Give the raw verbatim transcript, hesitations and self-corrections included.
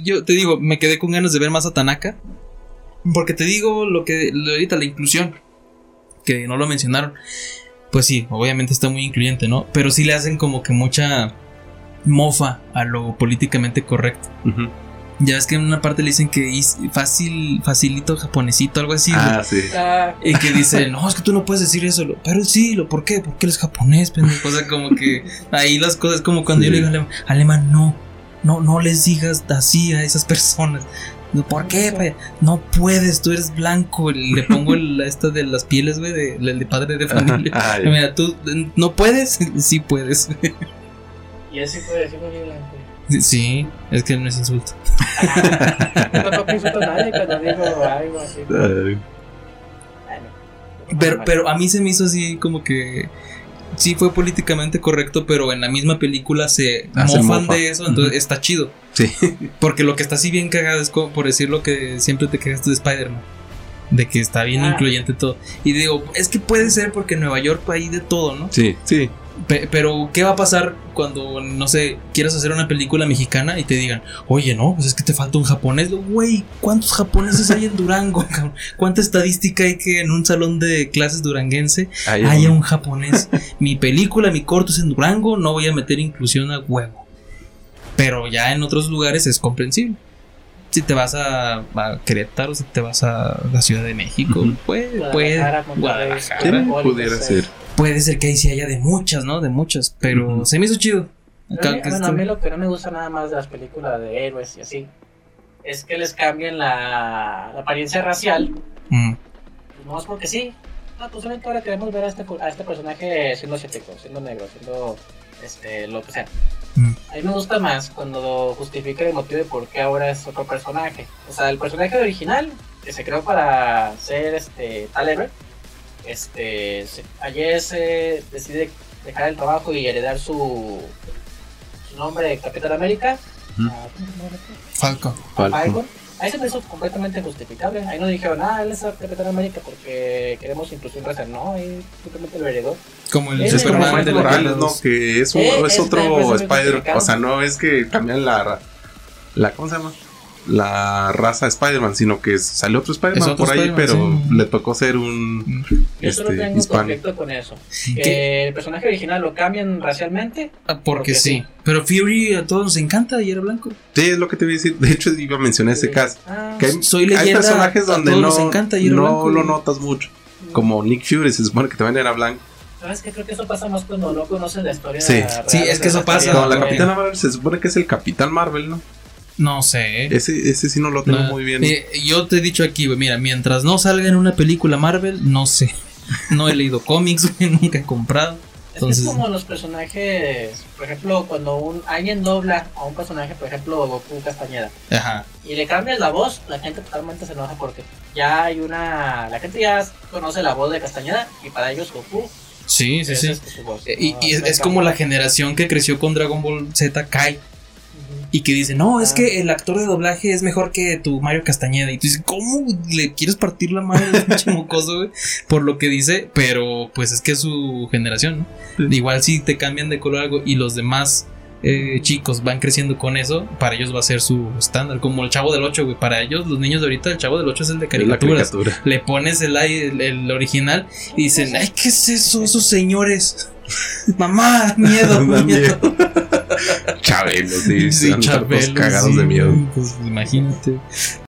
yo te digo, me quedé con ganas de ver más a Tanaka. Porque te digo lo que ahorita la inclusión, que no lo mencionaron. Pues sí, obviamente está muy incluyente, ¿no? Pero sí le hacen como que mucha mofa a lo políticamente correcto. Uh-huh. Ya ves que en una parte le dicen que es fácil, facilito japonesito, algo así. Ah, ¿no? sí. Y que dice, no, es que tú no puedes decir eso. Pero sí, lo, ¿por qué? Porque él es japonés, pendejo. O sea, como que ahí las cosas, como cuando sí. yo le digo al alemán, alemán, no, no, no les digas así a esas personas. ¿Por qué? Pa? No puedes, tú eres blanco. Le pongo el, esta de las pieles, güey, de, de, de padre de familia. Ah, mira, tú no puedes, sí puedes. Y así puede decir muy blanco. Sí, es que no es insulto. No tampoco insulto a nadie cuando digo algo así. Bueno, pero, pero a mí se me hizo así como que sí fue políticamente correcto, pero en la misma película se Hace mofan mofa. de eso, entonces uh-huh. está chido. Sí. Porque lo que está así bien cagado es como por decir lo que siempre te cagaste de Spider-Man. De que está bien ah. incluyente todo. Y digo, es que puede ser porque en Nueva York hay de todo, ¿no? Sí, sí. Pe- pero, ¿qué va a pasar cuando, no sé, quieras hacer una película mexicana y te digan, oye, no, pues es que te falta un japonés? Güey, ¿cuántos japoneses hay en Durango? ¿Cuánta estadística hay que en un salón de clases duranguense Ay, haya un japonés? Mi película, mi corto es en Durango, no voy a meter inclusión a huevo. Pero ya en otros lugares es comprensible. Si te vas a, a Querétaro, si te vas a la Ciudad de México, uh-huh. puede, puede, Guadalajara, sí, pudiera ser. Puede ser que ahí sí haya de muchas, ¿no? De muchas, pero uh-huh. se me hizo chido. Acá, a mí, bueno, a mí lo que no me gusta nada más de las películas de héroes y así es que les cambien la, la apariencia racial. Uh-huh. No es porque sí. No, pues solamente ahora queremos ver a este, a este personaje siendo asiático, siendo negro, siendo este lo que sea. Uh-huh. A mí me gusta más cuando justifica el motivo de por qué ahora es otro personaje. O sea, el personaje original que se creó para ser este tal héroe. Este, ayer se decide dejar el trabajo y heredar su, su nombre de Capitán América. Uh-huh. a, Falcon. Falcon. Ahí se me hizo completamente justificable. Ahí no dijeron, ah, él es Capitán América porque queremos inclusión racial. No, ahí simplemente lo heredó. Como el Superman de Morales, ¿no? Que es, un, eh, es, es otro Spider. O sea, no es que cambian la, la. ¿Cómo se llama? La raza Spider-Man, sino que salió otro Spider-Man otro por ahí, Spider-Man, pero sí. le tocó ser un Yo este, solo tengo un conflicto con eso. Que el personaje original lo cambian racialmente. Ah, porque, porque sí. sí. Pero Fury a todos nos encanta y era blanco. Sí, es lo que te iba a decir. De hecho, iba a mencionar sí. ese caso. Ah, que hay, soy leyenda, hay personajes donde no, nos encanta y era no blanco. lo notas mucho. Como Nick Fury, se supone que también era blanco. ¿Sabes qué? Creo que eso pasa más cuando no conocen la historia. Sí, real, sí es que eso pasa. Como la Capitana Marvel se supone que es el Capitán Marvel, ¿no? No sé. Ese, ese sí no lo tengo no, muy bien. Eh, yo te he dicho aquí, güey, mira, mientras no salga en una película Marvel, no sé. No he leído cómics, güey, nunca he comprado. Entonces... Es, que es como los personajes, por ejemplo, cuando un, alguien dobla a un personaje, por ejemplo, Goku Castañeda. Ajá. Y le cambias la voz, la gente totalmente se enoja porque ya hay una... La gente ya conoce la voz de Castañeda y para ellos Goku... Sí, sí, sí. Es eh, y, y es, es como la generación que creció con Dragon Ball Z Kai. Y que dice, no, es que el actor de doblaje es mejor que tu Mario Castañeda. Y tú dices, ¿cómo le quieres partir la madre de pinche mocoso, güey? Por lo que dice, pero pues es que es su generación, ¿no? Sí. Igual si te cambian de color algo y los demás eh, chicos van creciendo con eso, para ellos va a ser su estándar. Como el Chavo del Ocho, güey. Para ellos, los niños de ahorita, el Chavo del Ocho es el de caricaturas. Caricatura. Le pones el, el, el original y dicen, ay, ¿qué es eso? Esos señores. Mamá, miedo, miedo. Chabelo, sí, sí, Chabelo, cagados sí, de miedo. Pues imagínate.